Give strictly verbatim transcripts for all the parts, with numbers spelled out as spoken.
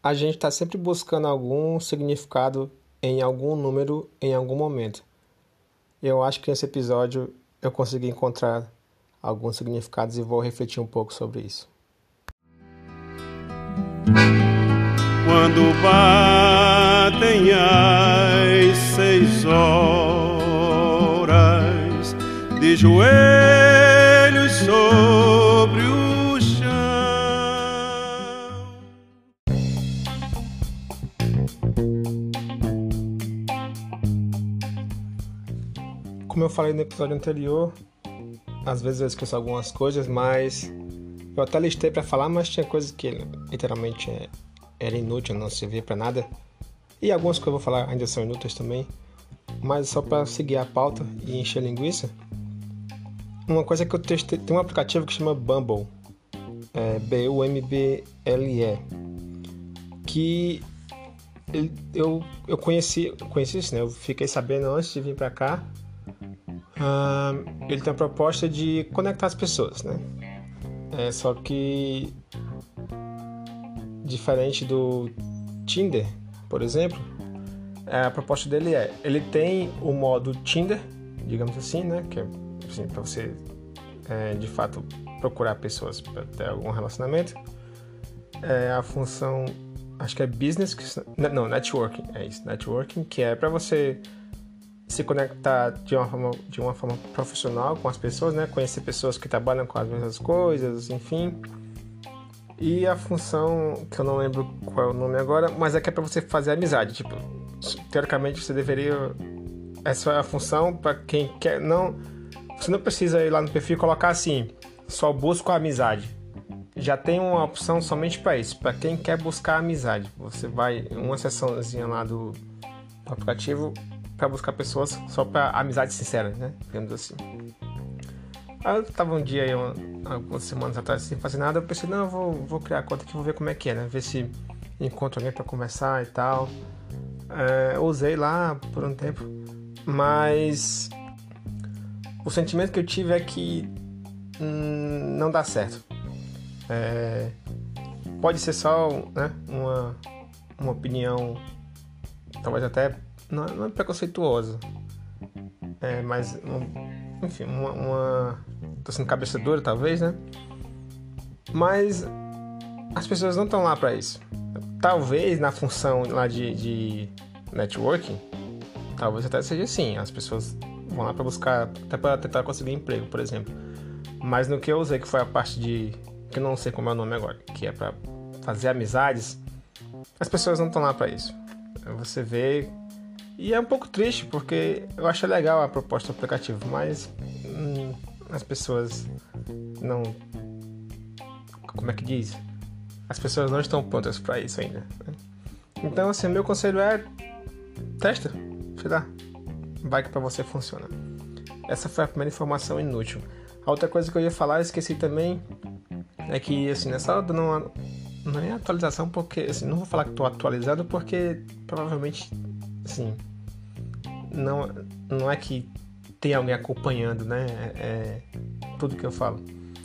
A gente está sempre buscando algum significado em algum número em algum momento. Eu acho que nesse episódio eu consegui encontrar alguns significados e vou refletir um pouco sobre isso. Quando batem as seis horas, de joelhos sobre o chão. Como eu falei no episódio anterior, às vezes eu esqueço algumas coisas, mas eu até listei para falar, mas tinha coisas que literalmente era inútil, não servia para nada. E algumas que eu vou falar ainda são inúteis também, mas só para seguir a pauta e encher linguiça. Uma coisa que eu testei, tem um aplicativo que chama Bumble, é B U M B L E, que eu, eu conheci, conheci isso, né? Eu fiquei sabendo antes de vir para cá. Uh, ele tem a proposta de conectar as pessoas, né? É, só que diferente do Tinder, por exemplo, a proposta dele é, ele tem o modo Tinder, digamos assim, né? Que é assim, para você é, de fato procurar pessoas para ter algum relacionamento. É a função, acho que é business, que, não, networking, é isso, networking, que é para você se conectar de uma forma, de uma forma profissional com as pessoas, né? Conhecer pessoas que trabalham com as mesmas coisas, enfim. E a função, que eu não lembro qual é o nome agora, mas é que é para você fazer amizade. Tipo, teoricamente você deveria... Essa é a função para quem quer... Não, você não precisa ir lá no perfil e colocar assim, só busco a amizade. Já tem uma opção somente para isso, para quem quer buscar amizade. Você vai em uma seçãozinha lá do, do aplicativo para buscar pessoas só para amizade sincera, né? Digamos assim. Aí eu tava um dia aí, uma, algumas semanas atrás, sem fazer nada, eu pensei, não, eu vou, vou criar a conta aqui, vou ver como é que é, né? Ver se encontro alguém para conversar e tal. É, eu usei lá por um tempo, mas o sentimento que eu tive é que hum, não dá certo. É, pode ser só, né, uma, uma opinião, talvez até Não, não é preconceituosa, é, mas, um, enfim, uma, uma... tô sendo cabeça dura, talvez, né? Mas as pessoas não estão lá para isso. Talvez na função lá de, de networking, talvez até seja assim. As pessoas vão lá para buscar, até para tentar conseguir emprego, por exemplo. Mas no que eu usei, que foi a parte de, que eu não sei como é o nome agora, que é para fazer amizades, as pessoas não estão lá para isso. Você vê. E é um pouco triste, porque eu acho legal a proposta do aplicativo, mas hum, as pessoas não... Como é que diz? As pessoas não estão prontas para isso ainda, né? Então, assim, meu conselho é... Testa, sei lá. Vai que para você funciona. Essa foi a primeira informação inútil. A outra coisa que eu ia falar, eu esqueci também, é que, assim, nessa hora não, não é atualização, porque, assim, não vou falar que estou atualizado, porque provavelmente... Assim, não, não é que tem alguém acompanhando, né? É, é tudo que eu falo.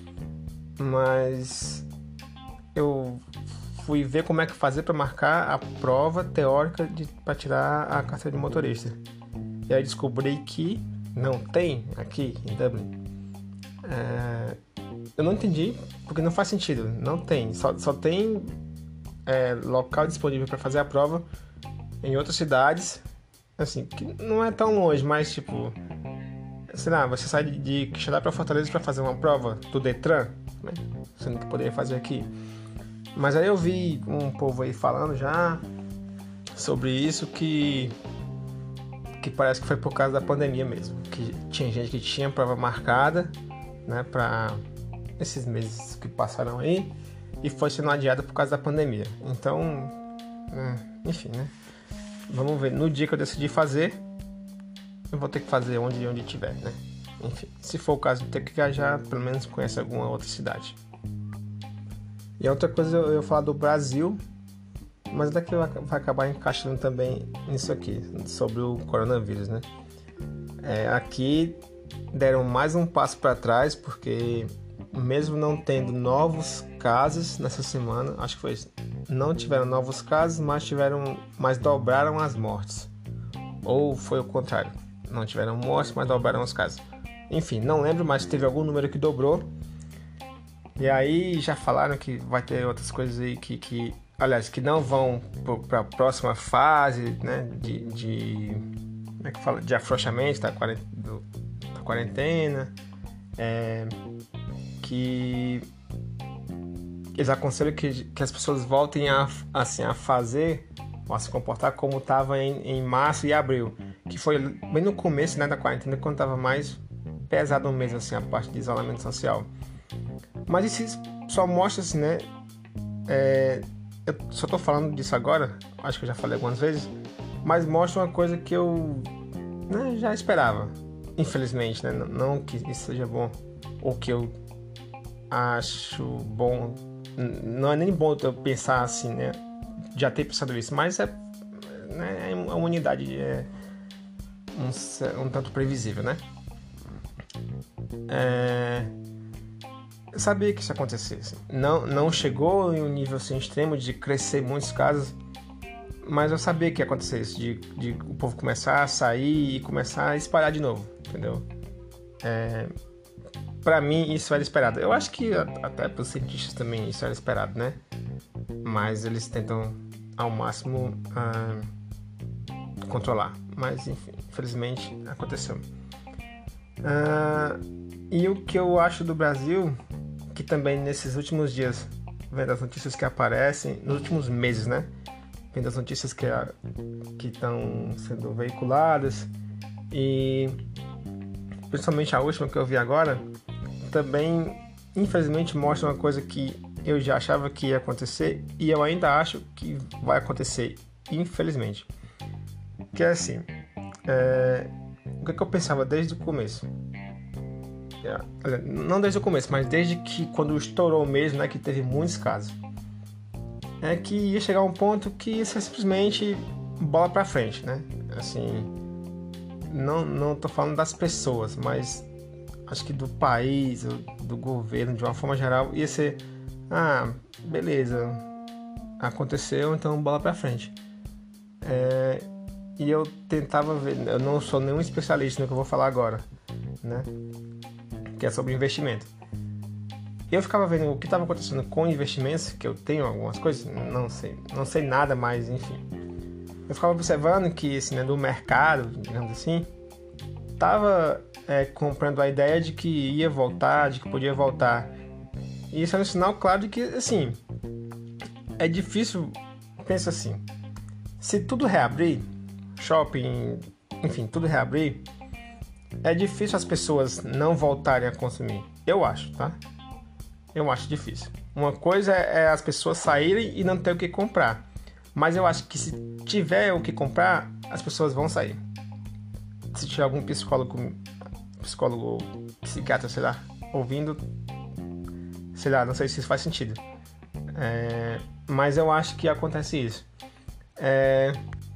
Mas eu fui ver como é que fazer para marcar a prova teórica para tirar a carteira de motorista. E aí descobri que não tem aqui em Dublin. É, eu não entendi, porque não faz sentido. Não tem. Só, só tem é, local disponível para fazer a prova em outras cidades, assim, que não é tão longe, mas tipo, sei lá, você sai de Quixadá para Fortaleza para fazer uma prova do Detran, né? Sendo que poderia fazer aqui. Mas aí eu vi um povo aí falando já sobre isso, que que parece que foi por causa da pandemia mesmo, que tinha gente que tinha prova marcada, né, para esses meses que passaram aí, e foi sendo adiada por causa da pandemia. Então, enfim, né? Vamos ver, no dia que eu decidi fazer, eu vou ter que fazer onde, onde tiver, né? Enfim, se for o caso de ter que viajar, pelo menos conhecer alguma outra cidade. E a outra coisa, eu ia falar do Brasil, mas daqui vai acabar encaixando também nisso aqui, sobre o coronavírus, né? É, aqui deram mais um passo para trás, porque mesmo não tendo novos casos nessa semana, acho que foi não tiveram novos casos, mas tiveram, mas dobraram as mortes. Ou foi o contrário, não tiveram mortes, mas dobraram os casos. Enfim, não lembro, mas teve algum número que dobrou. E aí já falaram que vai ter outras coisas aí que, que aliás, que não vão para a próxima fase, né, de, de, como é que fala? De afrouxamento da quarentena, da quarentena é, que eles aconselham que, que as pessoas voltem a, assim, a fazer, a se comportar como estava em, em março e abril, que foi bem no começo, né, da quarentena, quando estava mais pesado mesmo, assim, a parte de isolamento social. Mas isso só mostra, assim, né, é, eu só tô falando disso agora, acho que eu já falei algumas vezes, mas mostra uma coisa que eu, né, já esperava, infelizmente, né, não que isso seja bom, ou que eu acho bom, não é nem bom eu pensar assim, né, já ter pensado isso, mas é, né, a humanidade é um, um tanto previsível, né? É, eu sabia que isso acontecesse. Não, não chegou em um nível assim, extremo de crescer muitos casos, mas eu sabia que ia acontecer isso, de, de o povo começar a sair e começar a espalhar de novo, entendeu? É, pra mim isso era esperado. Eu acho que até para os cientistas também isso era esperado, né? Mas eles tentam ao máximo ah, controlar. Mas enfim, infelizmente aconteceu. Ah, e o que eu acho do Brasil, que também nesses últimos dias, vendo as notícias que aparecem, nos últimos meses, né? Vendo as notícias que que estão sendo veiculadas e principalmente a última que eu vi agora, também infelizmente mostra uma coisa que eu já achava que ia acontecer e eu ainda acho que vai acontecer, infelizmente. Que é assim, é, o que, é que eu pensava desde o começo? É, não desde o começo, mas desde que quando estourou mesmo, né, que teve muitos casos, é que ia chegar um ponto que ia ser simplesmente bola pra frente, né? Assim, não, não tô falando das pessoas, mas acho que do país, do governo, de uma forma geral, ia ser, ah, beleza, aconteceu, então bola pra frente. É, e eu tentava ver, eu não sou nenhum especialista no que eu vou falar agora, né? Que é sobre investimento. Eu ficava vendo o que estava acontecendo com investimentos, que eu tenho algumas coisas, não sei, não sei nada, mas enfim. Eu ficava observando que esse, né, do mercado, digamos assim, estava é, comprando a ideia de que ia voltar, de que podia voltar. E isso é um sinal claro de que, assim, é difícil, pensa assim, se tudo reabrir, shopping, enfim, tudo reabrir, é difícil as pessoas não voltarem a consumir. Eu acho, tá? Eu acho difícil. Uma coisa é as pessoas saírem e não ter o que comprar. Mas eu acho que se tiver o que comprar, as pessoas vão sair. Se tiver algum psicólogo, psicólogo ou psiquiatra, sei lá, ouvindo, sei lá, não sei se isso faz sentido. É, mas eu acho que acontece isso. É,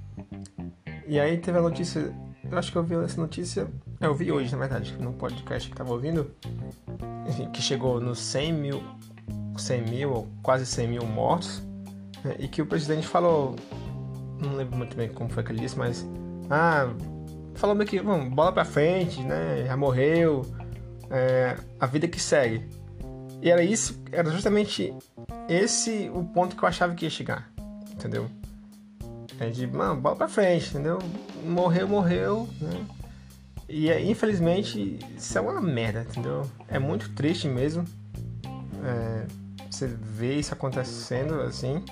e aí teve a notícia, eu acho que eu vi essa notícia, eu vi hoje, na verdade, no podcast que estava ouvindo, enfim, que chegou nos cem mil, cem mil ou quase cem mil mortos, né, e que o presidente falou, não lembro muito bem como foi que ele disse, mas ah, falou meio que, vamos, bola pra frente, né, já morreu, é, a vida que segue. E era isso, era justamente esse o ponto que eu achava que ia chegar, entendeu? É de, mano, bola pra frente, entendeu? Morreu, morreu, né? E infelizmente isso é uma merda, entendeu? É muito triste mesmo é, você ver isso acontecendo assim.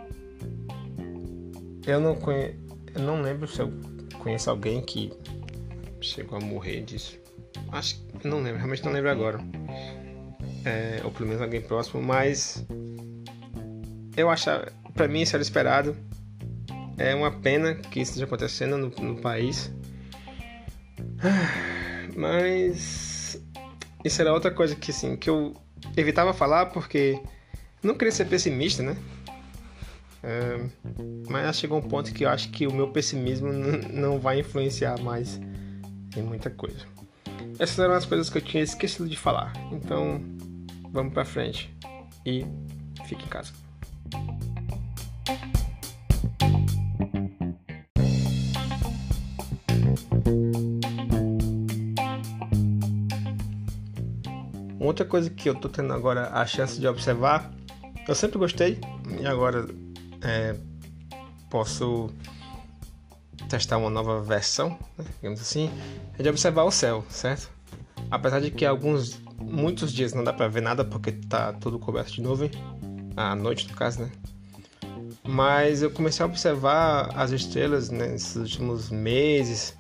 Eu não conhe... eu não lembro se eu conheço alguém que chegou a morrer disso. Acho que não lembro, realmente não lembro agora. É, ou pelo menos alguém próximo, mas eu achava, pra mim isso era esperado. É uma pena que isso esteja acontecendo no, no país. Mas isso era outra coisa que, assim, que eu evitava falar porque não queria ser pessimista, né? É, mas chegou um ponto que eu acho que o meu pessimismo n- não vai influenciar mais em muita coisa. Essas eram as coisas que eu tinha esquecido de falar. Então, vamos pra frente e fique em casa. outra coisa que eu tô tendo agora a chance de observar, eu sempre gostei e agora é, posso testar uma nova versão, né, digamos assim, é de observar o céu, certo? Apesar de que alguns, muitos dias não dá pra ver nada porque tá tudo coberto de nuvem, à noite no caso, né? Mas eu comecei a observar as estrelas, né, nesses últimos meses,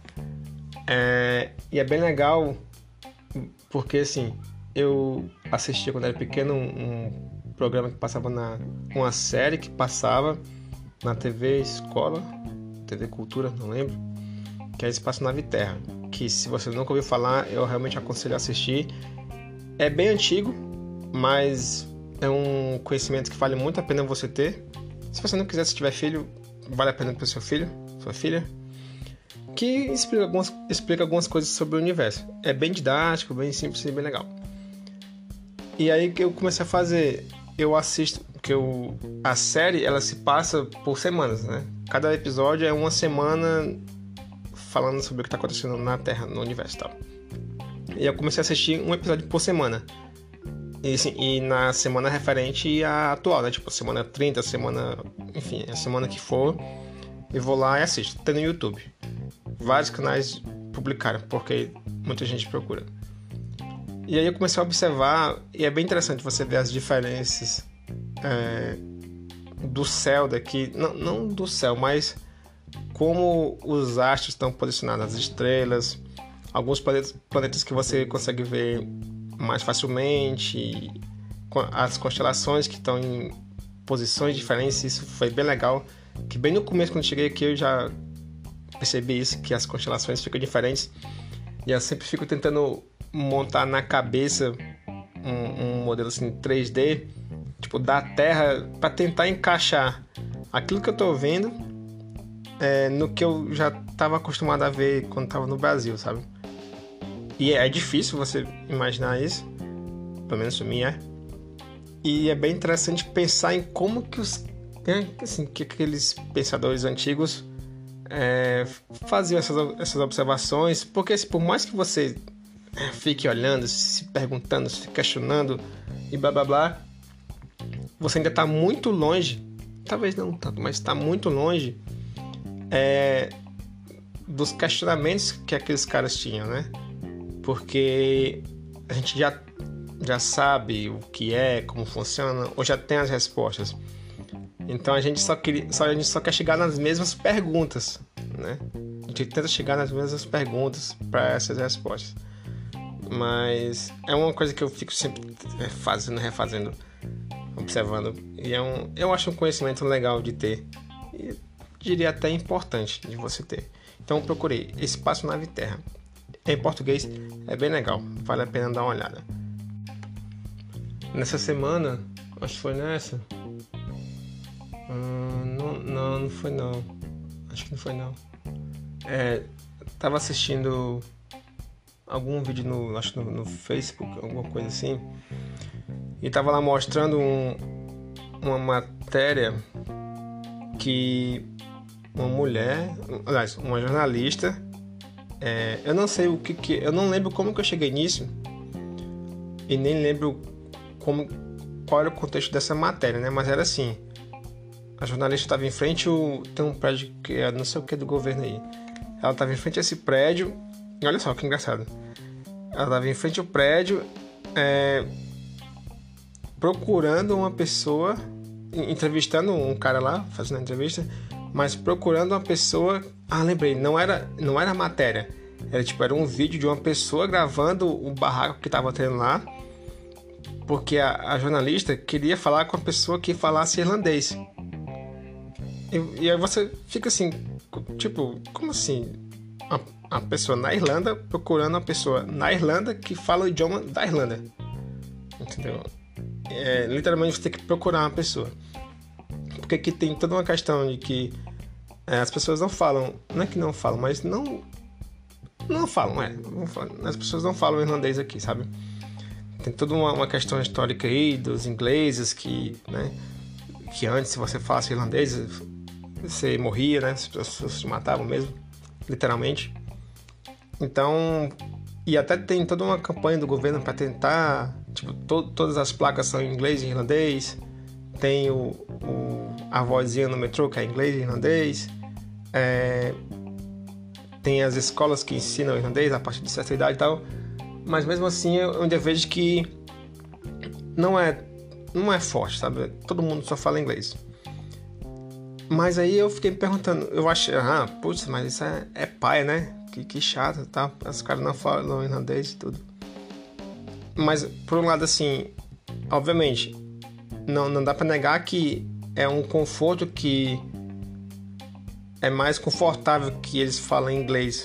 é, e é bem legal porque assim, eu assistia quando era pequeno um, um programa que passava na, uma série que passava na T V Escola, T V Cultura, não lembro, que é Espaço Nave Terra, que se você nunca ouviu falar, eu realmente aconselho a assistir. É bem antigo, mas é um conhecimento que vale muito a pena você ter. Se você não quiser, se tiver filho, vale a pena para o seu filho, sua filha, que explica algumas, explica algumas coisas sobre o universo. É bem didático, bem simples e bem legal. E aí que eu comecei a fazer, eu assisto, porque eu, a série ela se passa por semanas, né? Cada episódio é uma semana falando sobre o que está acontecendo na Terra, no universo e tal. E eu comecei a assistir um episódio por semana. E, assim, e na semana referente à atual, né? Tipo, semana trinta, semana... Enfim, a semana que for, eu vou lá e assisto. Tem no YouTube. Vários canais publicaram, porque muita gente procura. E aí eu comecei a observar, e é bem interessante você ver as diferenças é, do céu daqui. Não, não do céu, mas como os astros estão posicionados, as estrelas, alguns planetas, planetas que você consegue ver mais facilmente, as constelações que estão em posições diferentes. Isso foi bem legal, que bem no começo, quando cheguei aqui, eu já percebi isso, que as constelações ficam diferentes, e eu sempre fico tentando montar na cabeça um, um modelo assim três D, tipo da Terra, para tentar encaixar aquilo que eu estou vendo é, no que eu já estava acostumado a ver quando estava no Brasil, sabe? E é difícil você imaginar isso, pelo menos para mim é. E é bem interessante pensar em como que os né, assim, que aqueles pensadores antigos é, faziam essas, essas observações, porque assim, por mais que você fique olhando, se perguntando, se questionando e blá blá blá, você ainda está muito longe, talvez não tanto, mas está muito longe é, dos questionamentos que aqueles caras tinham, né? Porque a gente já, já sabe o que é, como funciona, ou já tem as respostas. Então a gente só, queria, só, a gente só quer chegar nas mesmas perguntas, né? A gente tenta chegar nas mesmas perguntas para essas respostas. Mas é uma coisa que eu fico sempre fazendo, refazendo, observando. E é um, eu acho um conhecimento legal de ter. E diria até importante de você ter. Então eu procurei Espaço Nave Terra. Em português é bem legal, vale a pena dar uma olhada. Nessa semana, acho que foi nessa. Hum, não, não, não foi não. Acho que não foi não. É, tava assistindo algum vídeo no, acho no, no Facebook, alguma coisa assim. E tava lá mostrando um, uma matéria que uma mulher, aliás, uma jornalista, é, eu não sei o que, que eu não lembro como que eu cheguei nisso e nem lembro como, qual era o contexto dessa matéria, né? Mas era assim, a jornalista estava em frente ao, tem um prédio que é não sei o que do governo aí, ela estava em frente a esse prédio, e olha só que engraçado, ela estava em frente ao prédio é, procurando uma pessoa, entrevistando um cara lá, fazendo a entrevista, mas procurando uma pessoa. Ah, lembrei, não era, não era matéria, era tipo, era um vídeo de uma pessoa gravando o barraco que estava tendo lá, porque a, a jornalista queria falar com a pessoa que falasse irlandês. E, e aí você fica assim, tipo, como assim? A, a pessoa na Irlanda procurando uma pessoa na Irlanda que fala o idioma da Irlanda, entendeu? É, literalmente você tem que procurar uma pessoa, porque aqui tem toda uma questão de que é, as pessoas não falam, não é que não falam, mas não não falam, é, não falam, as pessoas não falam irlandês aqui, sabe? Tem toda uma, uma questão histórica aí dos ingleses que, né, que antes se você falasse irlandês você morria, né? As pessoas se matavam mesmo, literalmente. Então, e até tem toda uma campanha do governo para tentar Tipo, to- todas as placas são em inglês e irlandês. Tem o, o, a vozinha no metrô que é em inglês e irlandês. É, tem as escolas que ensinam irlandês a partir de certa idade e tal. Mas mesmo assim eu ainda vejo que não é, não é forte, sabe? Todo mundo só fala inglês. Mas aí eu fiquei me perguntando, eu achei, ah, putz, mas isso é, é paia, né? Que, que chato, tá? Os caras não falam irlandês e tudo. Mas, por um lado, assim, obviamente, não, não dá pra negar que é um conforto que é mais confortável que eles falem inglês.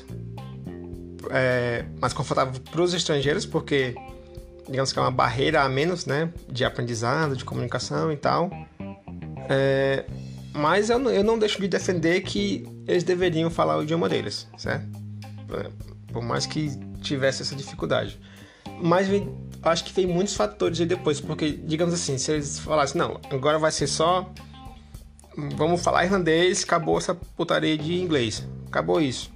É mais confortável para os estrangeiros, porque, digamos que é uma barreira a menos, né? De aprendizado, de comunicação e tal. É, mas eu, eu não deixo de defender que eles deveriam falar o idioma deles, certo? Por mais que tivesse essa dificuldade. Mas vem, acho que tem muitos fatores aí depois, porque, digamos assim, se eles falassem, não, agora vai ser só, vamos falar irlandês, acabou essa putaria de inglês, acabou isso.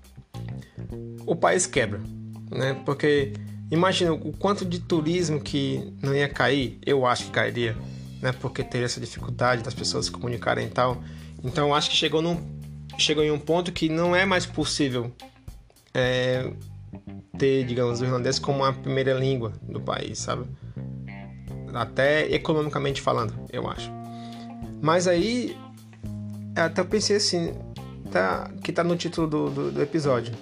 O país quebra, né? Porque imagina o quanto de turismo que não ia cair, eu acho que cairia, né? Porque teria essa dificuldade das pessoas se comunicarem e tal. Então eu acho que chegou, num, chegou em um ponto que não é mais possível é, ter, digamos, o irlandês como a primeira língua do país, sabe? Até economicamente falando, eu acho. Mas aí, até eu pensei assim, tá, que tá no título do, do, do episódio.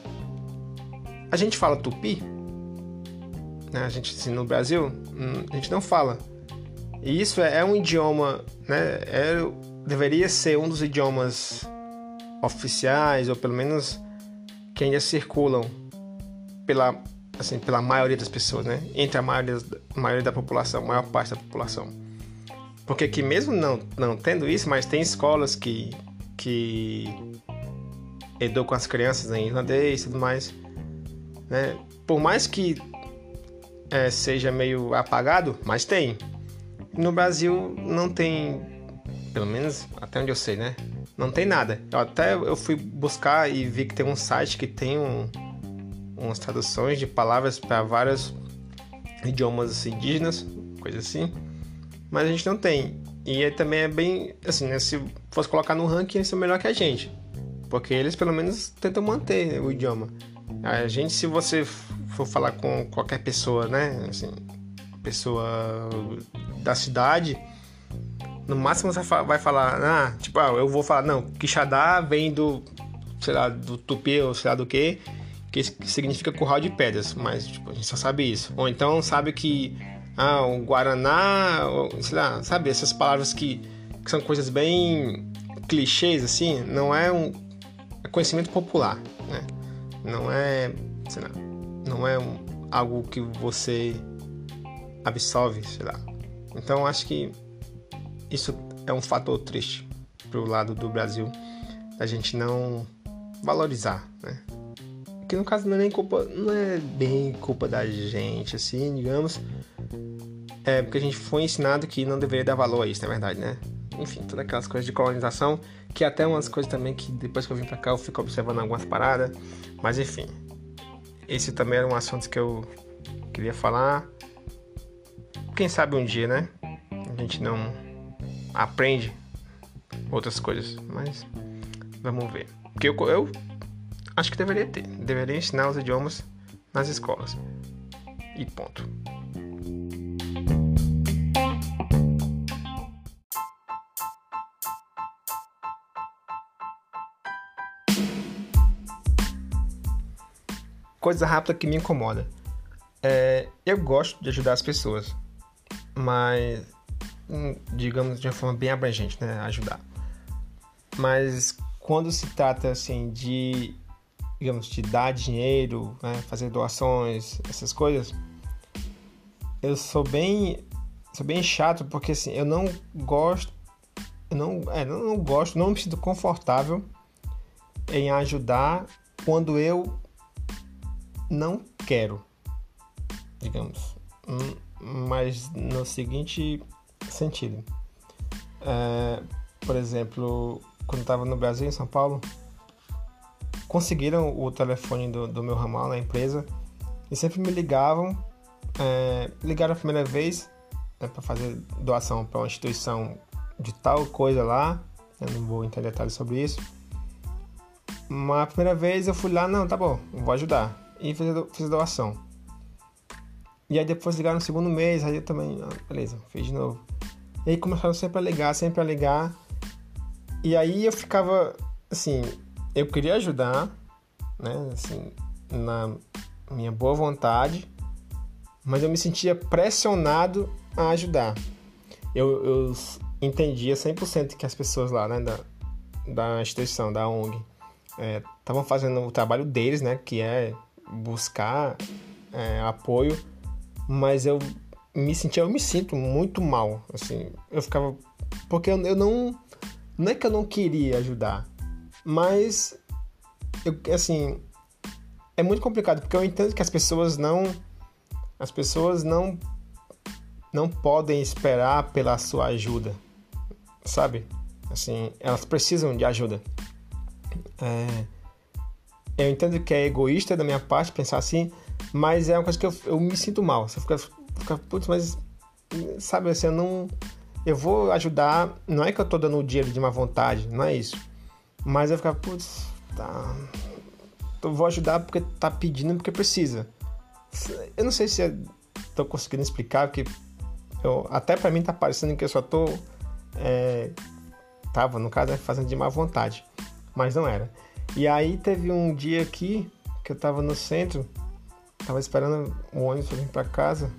A gente fala tupi, né? A gente, assim, no Brasil, a gente não fala. E isso é, é um idioma, né? É, deveria ser um dos idiomas oficiais, ou pelo menos que ainda circulam pela, assim, pela maioria das pessoas, né? Entre a maioria, a maioria da população, a maior parte da população. Porque aqui mesmo não, não tendo isso, mas tem escolas que, que educam as crianças em irlandês e tudo mais, né? Por mais que é, seja meio apagado, mas tem. No Brasil não tem, pelo menos até onde eu sei, né? Não tem nada. Eu até eu fui buscar e vi que tem um site que tem um, umas traduções de palavras para vários idiomas assim, indígenas, coisa assim. Mas a gente não tem. E aí também é bem, assim, né? Se fosse colocar no ranking, eles são melhor que a gente. Porque eles pelo menos tentam manter o idioma. A gente, se você for falar com qualquer pessoa, né? Assim, pessoa da cidade, no máximo você vai falar, ah, tipo, ah, eu vou falar, não, Quixadá vem do, sei lá, do tupi ou sei lá do que, que significa curral de pedras, mas tipo, a gente só sabe isso. Ou então sabe que, ah, o Guaraná, ou, sei lá, sabe, essas palavras que, que são coisas bem clichês, assim, não é um é conhecimento popular, né? Não é, sei lá, não é um, algo que você absorve, sei lá. Então acho que isso é um fator triste pro lado do Brasil, da gente não valorizar, né? Que no caso não é nem culpa, não é bem culpa da gente, assim, digamos. É porque a gente foi ensinado que não deveria dar valor a isso, na verdade, né? Enfim, todas aquelas coisas de colonização, que até umas coisas também que depois que eu vim pra cá eu fico observando algumas paradas. Mas enfim, esse também era um assunto que eu queria falar. Quem sabe um dia, né? A gente não aprende outras coisas, mas vamos ver. Porque eu, eu acho que deveria ter. Deveria ensinar os idiomas nas escolas. E ponto. Coisa rápida que me incomoda. É, eu gosto de ajudar as pessoas, mas, digamos, de uma forma bem abrangente, né? Ajudar. Mas quando se trata, assim, de, digamos, de dar dinheiro, né? Fazer doações, essas coisas, eu sou bem, sou bem chato, porque, assim, eu não gosto, eu não, é, eu não gosto, não me sinto confortável em ajudar quando eu não quero, digamos, mas no seguinte sentido. É, por exemplo, quando eu estava no Brasil, em São Paulo, conseguiram o telefone do, do meu ramal na empresa e sempre me ligavam é, ligaram a primeira vez, né, para fazer doação para uma instituição de tal coisa lá. Eu não vou entrar em detalhes sobre isso. Mas a primeira vez eu fui lá, não, tá bom, vou ajudar. E fiz a, fiz a doação. E aí depois ligaram no segundo mês, aí eu também, ah, beleza, fiz de novo. E aí começaram sempre a ligar, sempre a ligar. E aí eu ficava, assim, eu queria ajudar, né, assim, na minha boa vontade, mas eu me sentia pressionado a ajudar. Eu, eu entendia cem por cento que as pessoas lá, né, da, da instituição, da O N G, estavam é, fazendo o trabalho deles, né, que é buscar é, apoio, mas eu me sentia, eu me sinto muito mal, assim, eu ficava, porque eu, eu não, não é que eu não queria ajudar, mas, eu, assim, é muito complicado, porque eu entendo que as pessoas não, as pessoas não, não podem esperar pela sua ajuda, sabe? Assim, elas precisam de ajuda. É, eu entendo que é egoísta da minha parte pensar assim, mas é uma coisa que eu, eu me sinto mal. Você fica, fica, putz, mas, sabe, assim, eu não... Eu vou ajudar, não é que eu tô dando o dinheiro de má vontade, não é isso. Mas eu ficar, putz, tá... Eu vou ajudar porque tá pedindo, porque precisa. Eu não sei se eu tô conseguindo explicar, porque eu, até pra mim tá parecendo que eu só tô... É, tava, no caso, fazendo de má vontade. Mas não era. E aí teve um dia aqui, que eu tava no centro, tava esperando o ônibus pra vir pra casa.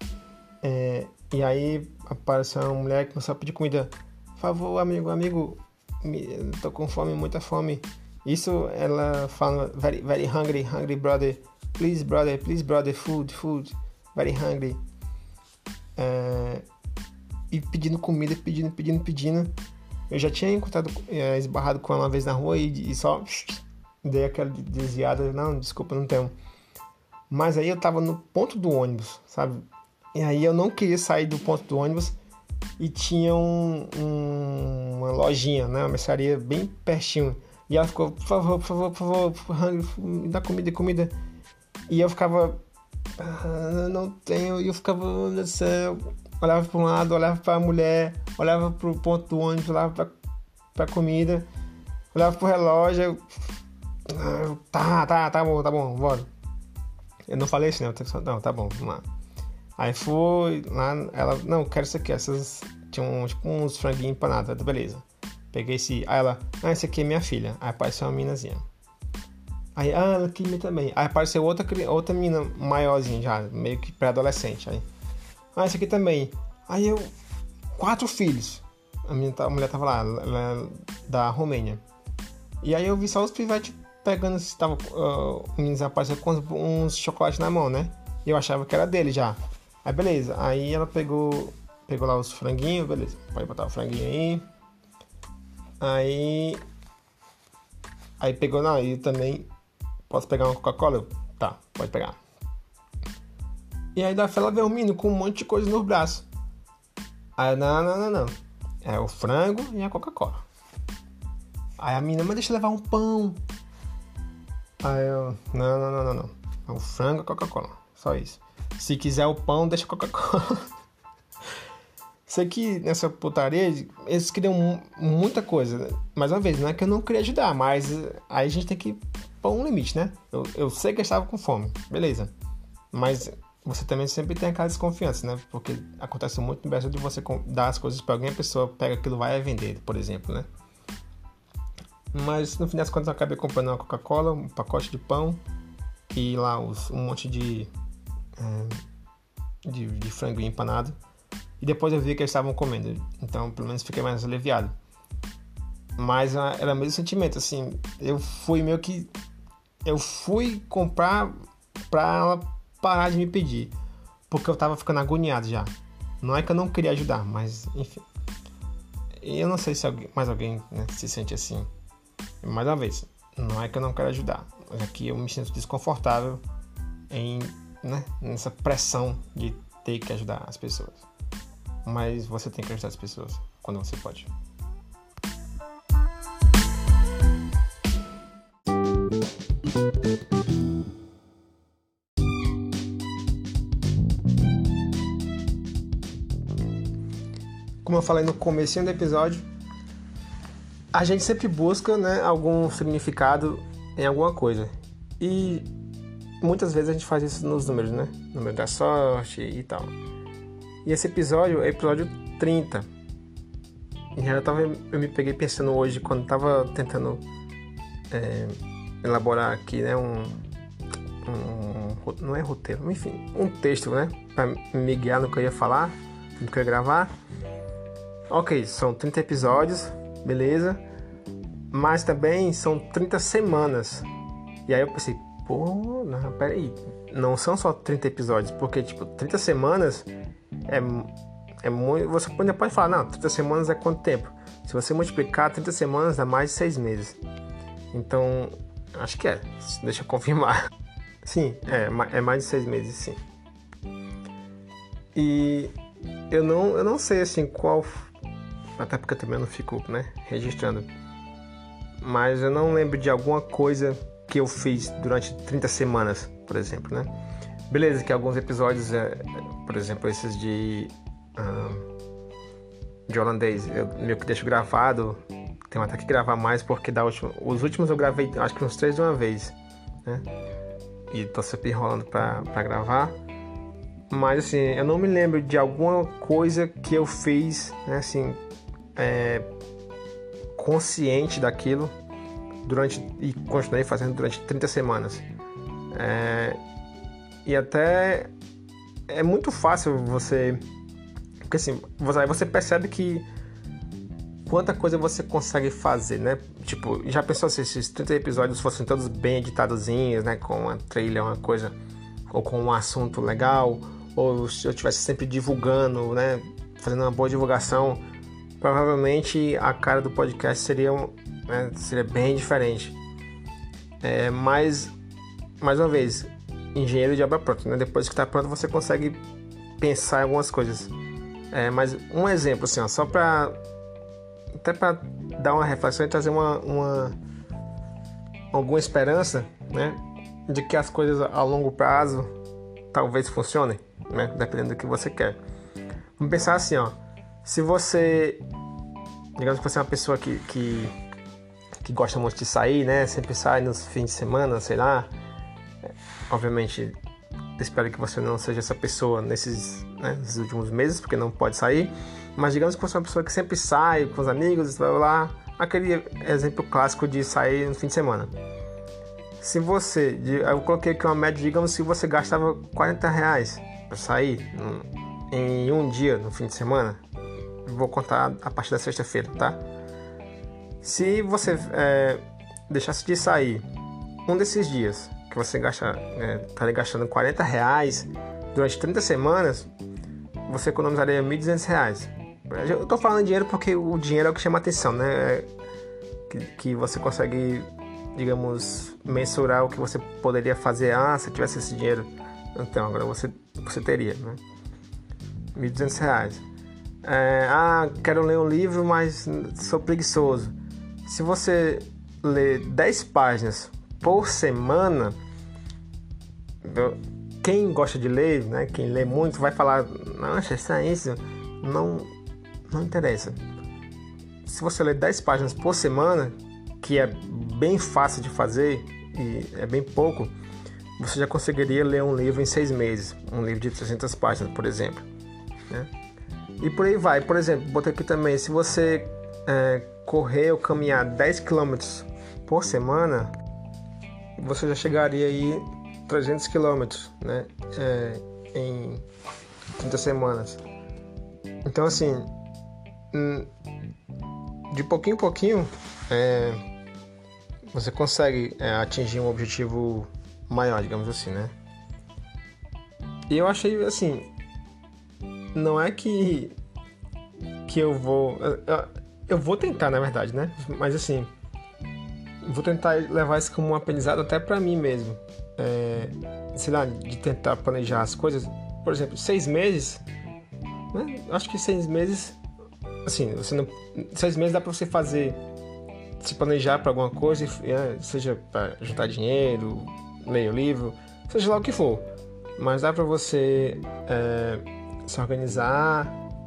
É, e aí apareceu uma mulher que começou a pedir comida. Por favor, amigo, amigo, me, tô com fome, muita fome. Isso ela fala, very, very hungry, hungry brother. Please, brother, please, brother, food, food. Very hungry. É, e pedindo comida, pedindo, pedindo, pedindo. Eu já tinha encontrado, é, esbarrado com ela uma vez na rua e, e só dei aquela desviada. Não, desculpa, não tenho. Mas aí eu tava no ponto do ônibus, sabe? E aí eu não queria sair do ponto do ônibus e tinha um, um, uma lojinha, né? Uma mercearia bem pertinho. E ela ficou, por favor, por favor, por favor, por favor, me dá comida, comida. E eu ficava, ah, não tenho. E eu ficava, meu Deus do céu. Olhava para um lado, olhava para a mulher, olhava para o ponto do ônibus, olhava para a comida, olhava para o relógio. Eu, ah, tá, tá, tá bom, tá bom, bora. Eu não falei isso, né? Não, tá bom, vamos lá. Aí fui lá, ela, não, quero isso aqui. Essas, tinham tipo uns franguinhos empanados, beleza. Peguei esse, aí ela, ah, esse aqui é minha filha. Aí apareceu uma minazinha. Aí, ah, ela queria também. Aí apareceu outra, outra mina maiorzinha já, meio que pré-adolescente. Aí, ah, esse aqui também. Aí eu, quatro filhos. A, minha, a mulher tava lá, ela é da Romênia. E aí eu vi só os pivetes pegando, se tava, uh, o menino apareceu com uns, uns chocolates na mão, né? E eu achava que era dele já. Aí beleza, aí ela pegou, pegou lá os franguinhos, beleza. Pode botar o franguinho aí. Aí, aí pegou, não, e também, posso pegar uma Coca-Cola? Tá, pode pegar. E aí da ela veio um menino com um monte de coisa no braço. Aí, não, não, não, não. É o frango e a Coca-Cola. Aí a menina, mas deixa eu levar um pão. Aí eu, não, não, não, não, não. É o frango e a Coca-Cola, só isso. Se quiser o pão, deixa a Coca-Cola. Isso aqui, nessa putaria, eles queriam muita coisa, né? Mais uma vez, não é que eu não queria ajudar, mas aí a gente tem que pôr um limite, né? Eu, eu sei que eu estava com fome, beleza. Mas você também sempre tem aquela desconfiança, né? Porque acontece muito no Brasil de você dar as coisas para alguém, a pessoa pega aquilo e vai vender, por exemplo, né? Mas no fim das contas eu acabei comprando uma Coca-Cola, um pacote de pão e lá os, um monte de, é, de, de frango empanado. E depois eu vi que eles estavam comendo. Então, pelo menos, fiquei mais aliviado. Mas era o mesmo sentimento, assim. Eu fui meio que... Eu fui comprar pra ela parar de me pedir. Porque eu tava ficando agoniado já. Não é que eu não queria ajudar, mas, enfim. Eu não sei se alguém, mais alguém, né, se sente assim. Mais uma vez, não é que eu não quero ajudar. Mas aqui eu me sinto desconfortável em, né, nessa pressão de ter que ajudar as pessoas. Mas você tem que ajudar as pessoas quando você pode. como eu falei no comecinho do episódio, a gente sempre busca, né, algum significado em alguma coisa. E muitas vezes a gente faz isso nos números, né? Número da sorte e tal. E esse episódio é o episódio trinta. E eu, tava, eu me peguei pensando hoje, quando tava tentando é, elaborar aqui, né, um, um... Não é roteiro, enfim, um texto, né? Pra me guiar no que eu ia falar, no que eu ia gravar. Ok, são trinta episódios, beleza. Mas também são trinta semanas. E aí eu pensei, pô, não, peraí. Não são só trinta episódios, porque, tipo, trinta semanas é, é muito... Você pode, pode falar, não, trinta semanas é quanto tempo? Se você multiplicar, trinta semanas dá mais de seis meses. Então, acho que é. Deixa eu confirmar. Sim, é, é mais de seis meses, sim. E eu não, eu não sei, assim, qual... Até porque eu também não fico, né, registrando. Mas eu não lembro de alguma coisa que eu fiz durante trinta semanas, por exemplo, né? Beleza, que alguns episódios, é, por exemplo, esses de, um, de holandês, eu meio que deixo gravado. Tenho até que gravar mais, porque da última, os últimos eu gravei, acho que uns três de uma vez, né? E tô sempre enrolando pra, pra gravar. Mas, assim, eu não me lembro de alguma coisa que eu fiz, né, assim... É, consciente daquilo durante e continuei fazendo durante trinta semanas. É, e até é muito fácil você, porque assim, você, você percebe que quanta coisa você consegue fazer, né? Tipo, já pensou se esses trinta episódios fossem todos bem editadozinhos, né? Com uma trilha, uma coisa, ou com um assunto legal, ou se eu estivesse sempre divulgando, né? Fazendo uma boa divulgação, provavelmente a cara do podcast seria, né, seria bem diferente. É, mas, mais uma vez, engenheiro de obra pronta, né? Depois que está pronto você consegue pensar em algumas coisas. É, mas um exemplo, assim, ó, só para até para dar uma reflexão e trazer uma, uma alguma esperança, né, de que as coisas a longo prazo talvez funcionem, né, dependendo do que você quer. Vamos pensar assim, ó. Se você, digamos que você é uma pessoa que, que, que gosta muito de sair, né? Sempre sai nos fins de semana, sei lá. Obviamente, espero que você não seja essa pessoa nesses, né, nesses últimos meses, porque não pode sair. Mas digamos que você é uma pessoa que sempre sai com os amigos, blá, blá, blá. Aquele exemplo clássico de sair no fim de semana. Se você, eu coloquei aqui uma média, digamos que você gastava quarenta reais para sair em um dia no fim de semana. Vou contar a partir da sexta-feira, tá? Se você é, deixasse de sair um desses dias, que você gasta, é, estaria gastando quarenta reais durante trinta semanas, você economizaria mil e duzentos reais. Eu tô falando de dinheiro porque o dinheiro é o que chama atenção, né? Que, que você consegue, digamos, mensurar o que você poderia fazer. Ah, se tivesse esse dinheiro, então agora você, você teria, né? mil e duzentos reais. É, ah, quero ler um livro, mas sou preguiçoso. Se você ler dez páginas por semana, quem gosta de ler, né, quem lê muito, vai falar, nossa, isso é isso, não, não interessa. Se você ler dez páginas por semana, que é bem fácil de fazer e é bem pouco, você já conseguiria ler um livro em seis meses, um livro de trezentas páginas, por exemplo, né? E por aí vai. Por exemplo, botei aqui também, se você é, correr ou caminhar dez quilômetros por semana, você já chegaria aí trezentos quilômetros, né, é, em trinta semanas. Então, assim, de pouquinho em pouquinho, é, você consegue é, atingir um objetivo maior, digamos assim, né? E eu achei, assim, não é que que eu vou eu, eu vou tentar, na verdade, né? Mas assim, vou tentar levar isso como um aprendizado até pra mim mesmo, é, sei lá, de tentar planejar as coisas. Por exemplo, seis meses, né? Acho que seis meses, assim, você não, seis meses dá pra você fazer, se planejar pra alguma coisa, é, seja pra juntar dinheiro, ler o livro, seja lá o que for, mas dá pra você é, se organizar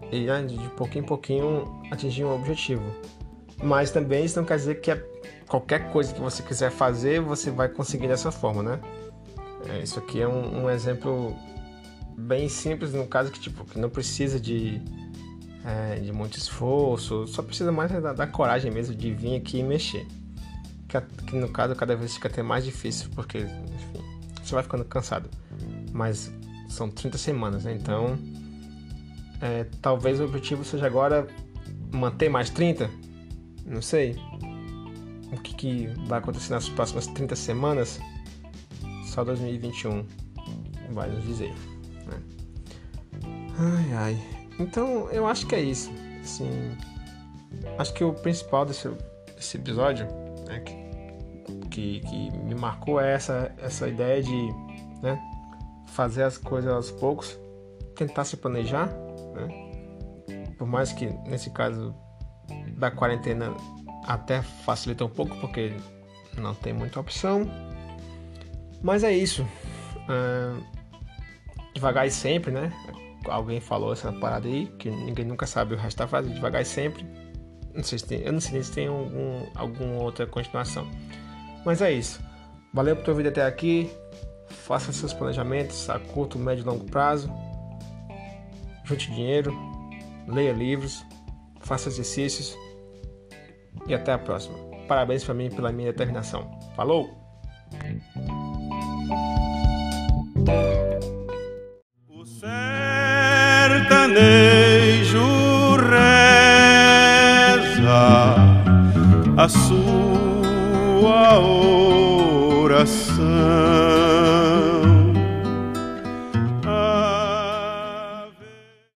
e né, de pouquinho em pouquinho atingir um objetivo. Mas também isso não quer dizer que qualquer coisa que você quiser fazer, você vai conseguir dessa forma, né? É, isso aqui é um, um exemplo bem simples, no caso que, tipo, que não precisa de, é, de muito esforço, só precisa mais da, da coragem mesmo de vir aqui e mexer. Que, que no caso cada vez fica até mais difícil, porque, enfim, você vai ficando cansado. Mas são trinta semanas, né? Então, é, talvez o objetivo seja agora manter mais trinta, não sei. O que, que vai acontecer nas próximas trinta semanas? Só dois mil e vinte e um vai nos dizer, né? Ai, ai. Então, eu acho que é isso. Assim, acho que o principal desse, desse episódio, né, que, que, que me marcou é essa, essa ideia de, né, fazer as coisas aos poucos, tentar se planejar, né? Por mais que, nesse caso da quarentena, até facilita um pouco, porque não tem muita opção. Mas é isso. Uh, devagar e sempre, né? Alguém falou essa parada aí, que ninguém nunca sabe o resto da frase. Devagar e sempre. Não sei se tem, eu não sei se tem algum, alguma outra continuação. Mas é isso. Valeu por ter ouvido até aqui. Faça seus planejamentos a curto, médio e longo prazo. Junte dinheiro. Leia livros. Faça exercícios. E até a próxima. Parabéns para mim pela minha determinação. Falou! O sertanejo reza a sua oração.